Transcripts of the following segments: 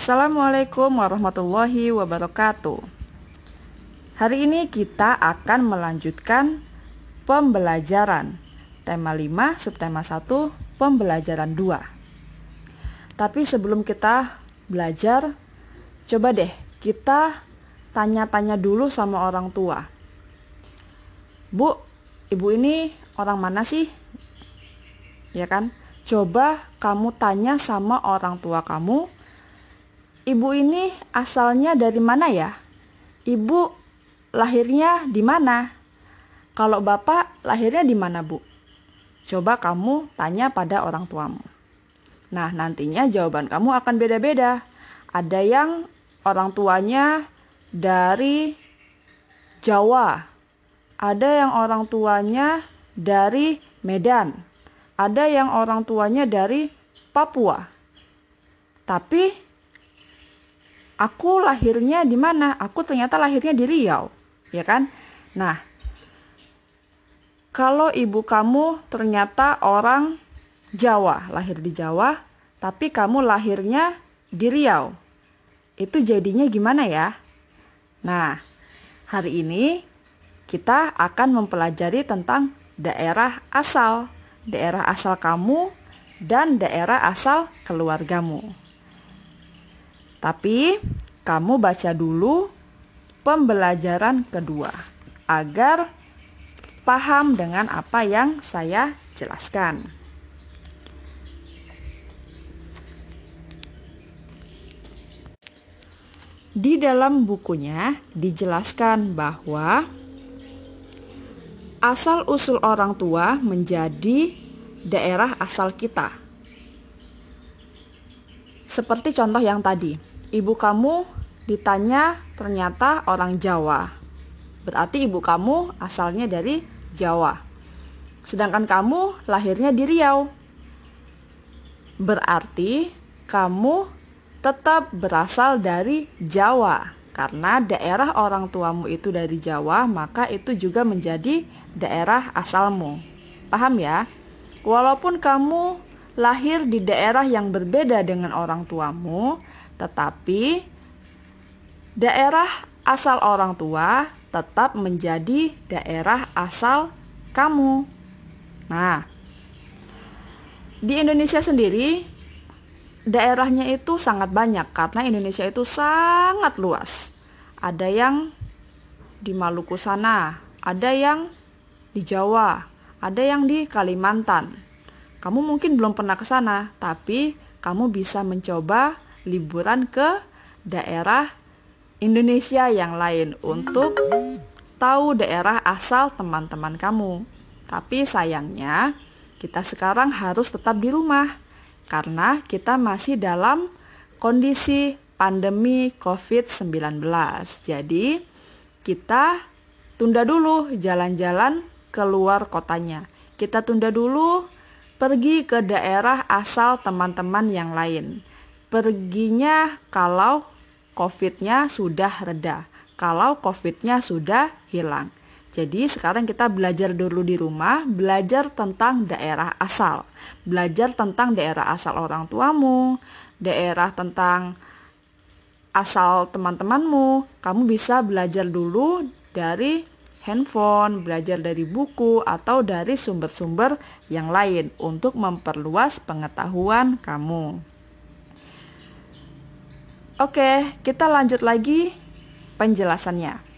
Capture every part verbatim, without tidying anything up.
Assalamualaikum warahmatullahi wabarakatuh. Hari ini kita akan melanjutkan pembelajaran tema lima, subtema satu, pembelajaran dua. Tapi sebelum kita belajar, coba deh kita tanya-tanya dulu sama orang tua. Bu, ibu ini orang mana sih? Ya kan? Coba kamu tanya sama orang tua kamu, ibu ini asalnya dari mana ya? Ibu lahirnya di mana? Kalau bapak lahirnya di mana, Bu? Coba kamu tanya pada orang tuamu. Nah, nantinya jawaban kamu akan beda-beda. Ada yang orang tuanya dari Jawa. Ada yang orang tuanya dari Medan. Ada yang orang tuanya dari Papua. Tapi aku lahirnya di mana? Aku ternyata lahirnya di Riau, ya kan? Nah, kalau ibu kamu ternyata orang Jawa, lahir di Jawa, tapi kamu lahirnya di Riau, itu jadinya gimana ya? Nah, hari ini kita akan mempelajari tentang daerah asal, daerah asal kamu dan daerah asal keluargamu. Tapi kamu baca dulu pembelajaran kedua agar paham dengan apa yang saya jelaskan. Di dalam bukunya dijelaskan bahwa asal-usul orang tua menjadi daerah asal kita. Seperti contoh yang tadi, ibu kamu ditanya ternyata orang Jawa. Berarti ibu kamu asalnya dari Jawa. Sedangkan kamu lahirnya di Riau. Berarti kamu tetap berasal dari Jawa. Karena daerah orang tuamu itu dari Jawa, maka itu juga menjadi daerah asalmu. Paham ya? Walaupun kamu lahir di daerah yang berbeda dengan orang tuamu, tetapi daerah asal orang tua tetap menjadi daerah asal kamu. Nah, di Indonesia sendiri daerahnya itu sangat banyak karena Indonesia itu sangat luas. Ada yang di Maluku sana, ada yang di Jawa, ada yang di Kalimantan. Kamu mungkin belum pernah ke sana, tapi kamu bisa mencoba liburan ke daerah Indonesia yang lain untuk tahu daerah asal teman-teman kamu. Tapi sayangnya kita sekarang harus tetap di rumah karena kita masih dalam kondisi pandemi covid sembilan belas. Jadi kita tunda dulu jalan-jalan keluar kotanya. Kita tunda dulu pergi ke daerah asal teman-teman yang lain. Perginya kalau COVID-nya sudah reda, kalau COVID-nya sudah hilang. Jadi sekarang kita belajar dulu di rumah, belajar tentang daerah asal. Belajar tentang daerah asal orang tuamu, daerah tentang asal teman-temanmu. Kamu bisa belajar dulu dari handphone, belajar dari buku, atau dari sumber-sumber yang lain untuk memperluas pengetahuan kamu. Oke, kita lanjut lagi penjelasannya.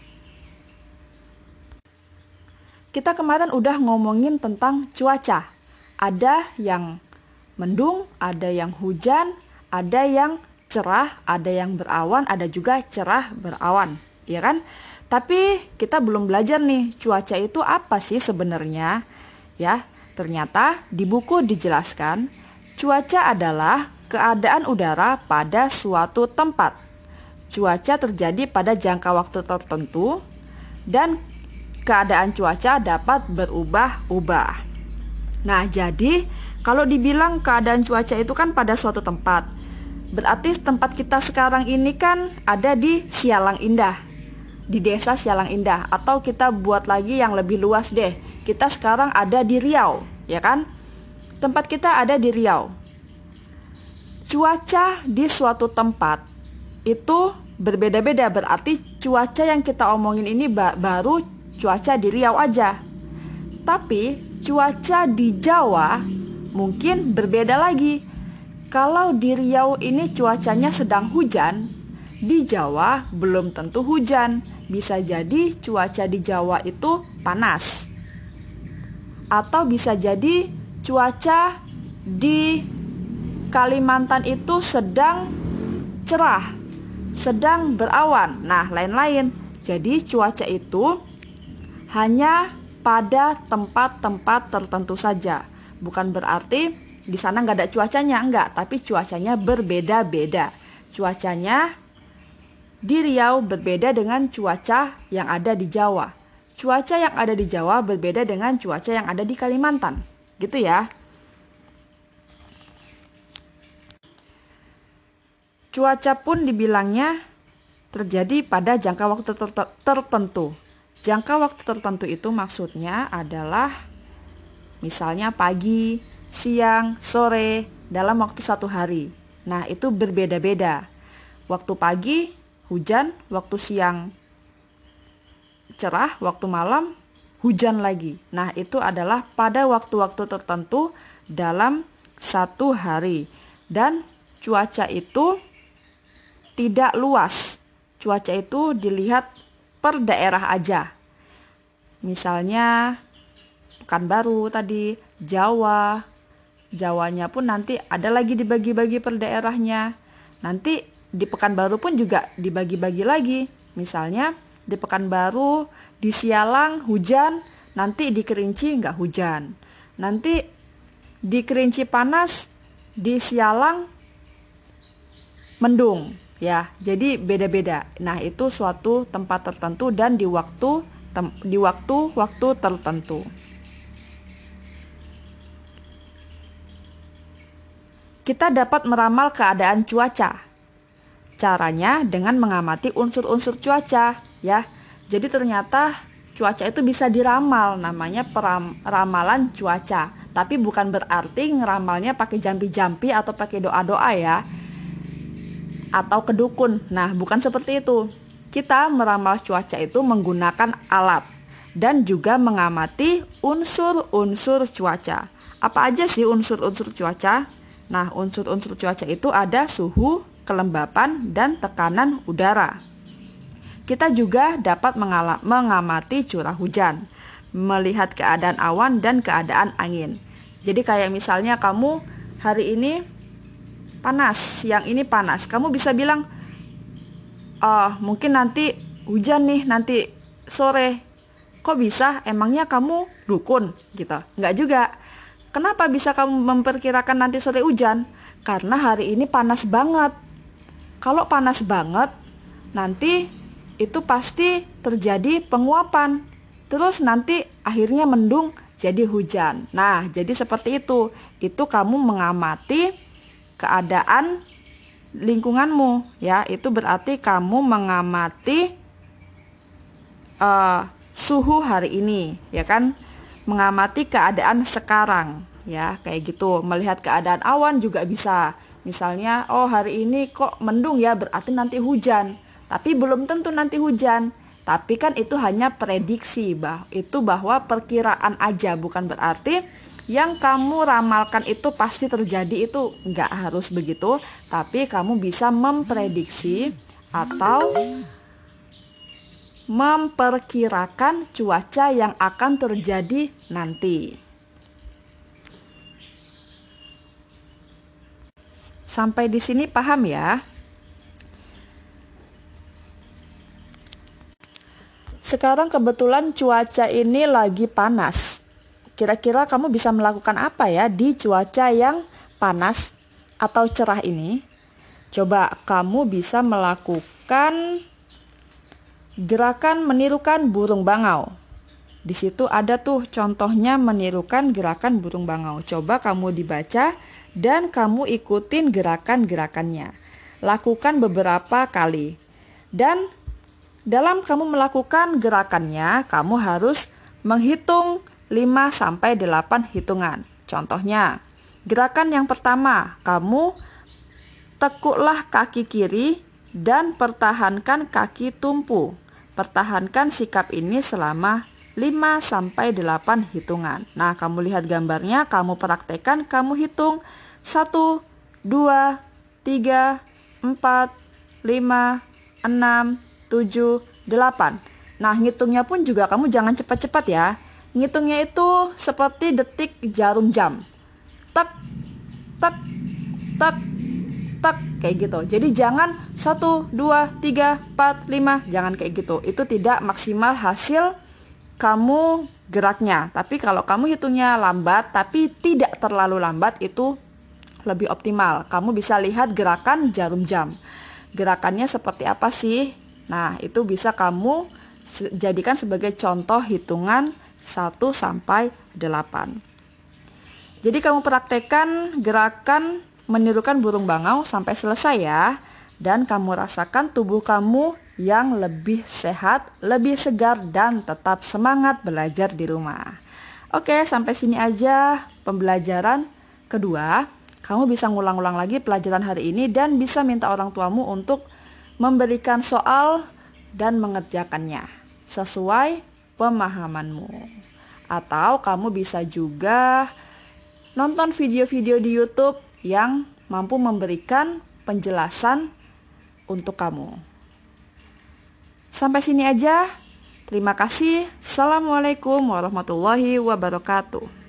Kita kemarin udah ngomongin tentang cuaca. Ada yang mendung, ada yang hujan, ada yang cerah, ada yang berawan, ada juga cerah berawan, ya kan? Tapi kita belum belajar nih, cuaca itu apa sih sebenarnya? Ya, ternyata di buku dijelaskan, cuaca adalah keadaan udara pada suatu tempat. Cuaca terjadi pada jangka waktu tertentu dan keadaan cuaca dapat berubah-ubah. Nah, jadi kalau dibilang keadaan cuaca itu kan pada suatu tempat, berarti tempat kita sekarang ini kan ada di Sialang Indah, di desa Sialang Indah. Atau kita buat lagi yang lebih luas deh, kita sekarang ada di Riau, ya kan? Tempat kita ada di Riau. Cuaca di suatu tempat itu berbeda-beda. Berarti cuaca yang kita omongin ini ba- baru cuaca di Riau aja. Tapi cuaca di Jawa mungkin berbeda lagi. Kalau di Riau ini cuacanya sedang hujan, di Jawa belum tentu hujan. Bisa jadi cuaca di Jawa itu panas. Atau bisa jadi cuaca di Kalimantan itu sedang cerah, sedang berawan. Nah, lain-lain. Jadi cuaca itu hanya pada tempat-tempat tertentu saja. Bukan berarti di sana nggak ada cuacanya, enggak. Tapi cuacanya berbeda-beda. Cuacanya di Riau berbeda dengan cuaca yang ada di Jawa. Cuaca yang ada di Jawa berbeda dengan cuaca yang ada di Kalimantan. Gitu ya. Cuaca pun dibilangnya terjadi pada jangka waktu tertentu. Jangka waktu tertentu itu maksudnya adalah misalnya pagi, siang, sore dalam waktu satu hari. Nah, itu berbeda-beda. Waktu pagi hujan, waktu siang cerah, waktu malam hujan lagi. Nah, itu adalah pada waktu-waktu tertentu dalam satu hari. Dan cuaca itu tidak luas. Cuaca itu dilihat per daerah aja. Misalnya Pekanbaru tadi, Jawa. Jawanya pun nanti ada lagi dibagi-bagi per daerahnya. Nanti di Pekanbaru pun juga dibagi-bagi lagi. Misalnya di Pekanbaru, di Sialang hujan, nanti di Kerinci nggak hujan. Nanti di Kerinci panas, di Sialang mendung. Ya, jadi beda-beda. Nah, itu suatu tempat tertentu dan di waktu tem, di waktu-waktu tertentu. Kita dapat meramal keadaan cuaca. Caranya dengan mengamati unsur-unsur cuaca, ya. Jadi ternyata cuaca itu bisa diramal, namanya ramalan cuaca. Tapi bukan berarti ngeramalnya pakai jampi-jampi atau pakai doa-doa ya. Atau kedukun. Nah, bukan seperti itu. Kita meramal cuaca itu menggunakan alat dan juga mengamati unsur-unsur cuaca. Apa aja sih unsur-unsur cuaca? Nah, unsur-unsur cuaca itu ada suhu, kelembapan, dan tekanan udara. Kita juga dapat mengala- mengamati curah hujan, melihat keadaan awan dan keadaan angin. Jadi kayak misalnya kamu hari ini panas, siang ini panas. Kamu bisa bilang, oh mungkin nanti hujan nih, nanti sore. Kok bisa? Emangnya kamu dukun? Gitu. Enggak juga. Kenapa bisa kamu memperkirakan nanti sore hujan? Karena hari ini panas banget. Kalau panas banget, nanti itu pasti terjadi penguapan. Terus nanti akhirnya mendung jadi hujan. Nah, jadi seperti itu. Itu kamu mengamati keadaan lingkunganmu, ya. Itu berarti kamu mengamati uh, suhu hari ini, ya kan? Mengamati keadaan sekarang, ya, kayak gitu. Melihat keadaan awan juga bisa. Misalnya, oh hari ini kok mendung ya, berarti nanti hujan. Tapi belum tentu nanti hujan. Tapi kan itu hanya prediksi, bah. Itu bahwa perkiraan aja, bukan berarti yang kamu ramalkan itu pasti terjadi. Itu nggak harus begitu. Tapi kamu bisa memprediksi atau memperkirakan cuaca yang akan terjadi nanti. Sampai di sini paham ya? Sekarang kebetulan cuaca ini lagi panas. Kira-kira kamu bisa melakukan apa ya di cuaca yang panas atau cerah ini? Coba kamu bisa melakukan gerakan menirukan burung bangau. Di situ ada tuh contohnya menirukan gerakan burung bangau. Coba kamu dibaca dan kamu ikutin gerakan-gerakannya. Lakukan beberapa kali. Dan dalam kamu melakukan gerakannya, kamu harus menghitung lima sampai delapan hitungan. Contohnya, gerakan yang pertama, kamu tekuklah kaki kiri dan pertahankan kaki tumpu. Pertahankan sikap ini selama lima sampai delapan hitungan. Nah, kamu lihat gambarnya, kamu praktekkan, kamu hitung satu, dua, tiga, empat, lima, enam, tujuh, delapan. Nah, ngitungnya pun juga kamu jangan cepat-cepat ya. Ngitungnya itu seperti detik jarum jam. Tak, tak, tak, tak, kayak gitu. Jadi jangan satu, dua, tiga, empat, lima, jangan kayak gitu. Itu tidak maksimal hasil kamu geraknya. Tapi kalau kamu hitungnya lambat tapi tidak terlalu lambat, itu lebih optimal. Kamu bisa lihat gerakan jarum jam. Gerakannya seperti apa sih? Nah, itu bisa kamu jadikan sebagai contoh hitungan satu sampai delapan. Jadi kamu praktekkan gerakan menirukan burung bangau sampai selesai ya. Dan kamu rasakan tubuh kamu yang lebih sehat, lebih segar, dan tetap semangat belajar di rumah. Oke, sampai sini aja pembelajaran kedua. Kamu bisa ngulang-ulang lagi pelajaran hari ini dan bisa minta orang tuamu untuk memberikan soal dan mengerjakannya sesuai pemahamanmu. Atau kamu bisa juga nonton video-video di YouTube yang mampu memberikan penjelasan untuk kamu. Sampai sini aja. Terima kasih. Assalamualaikum warahmatullahi wabarakatuh.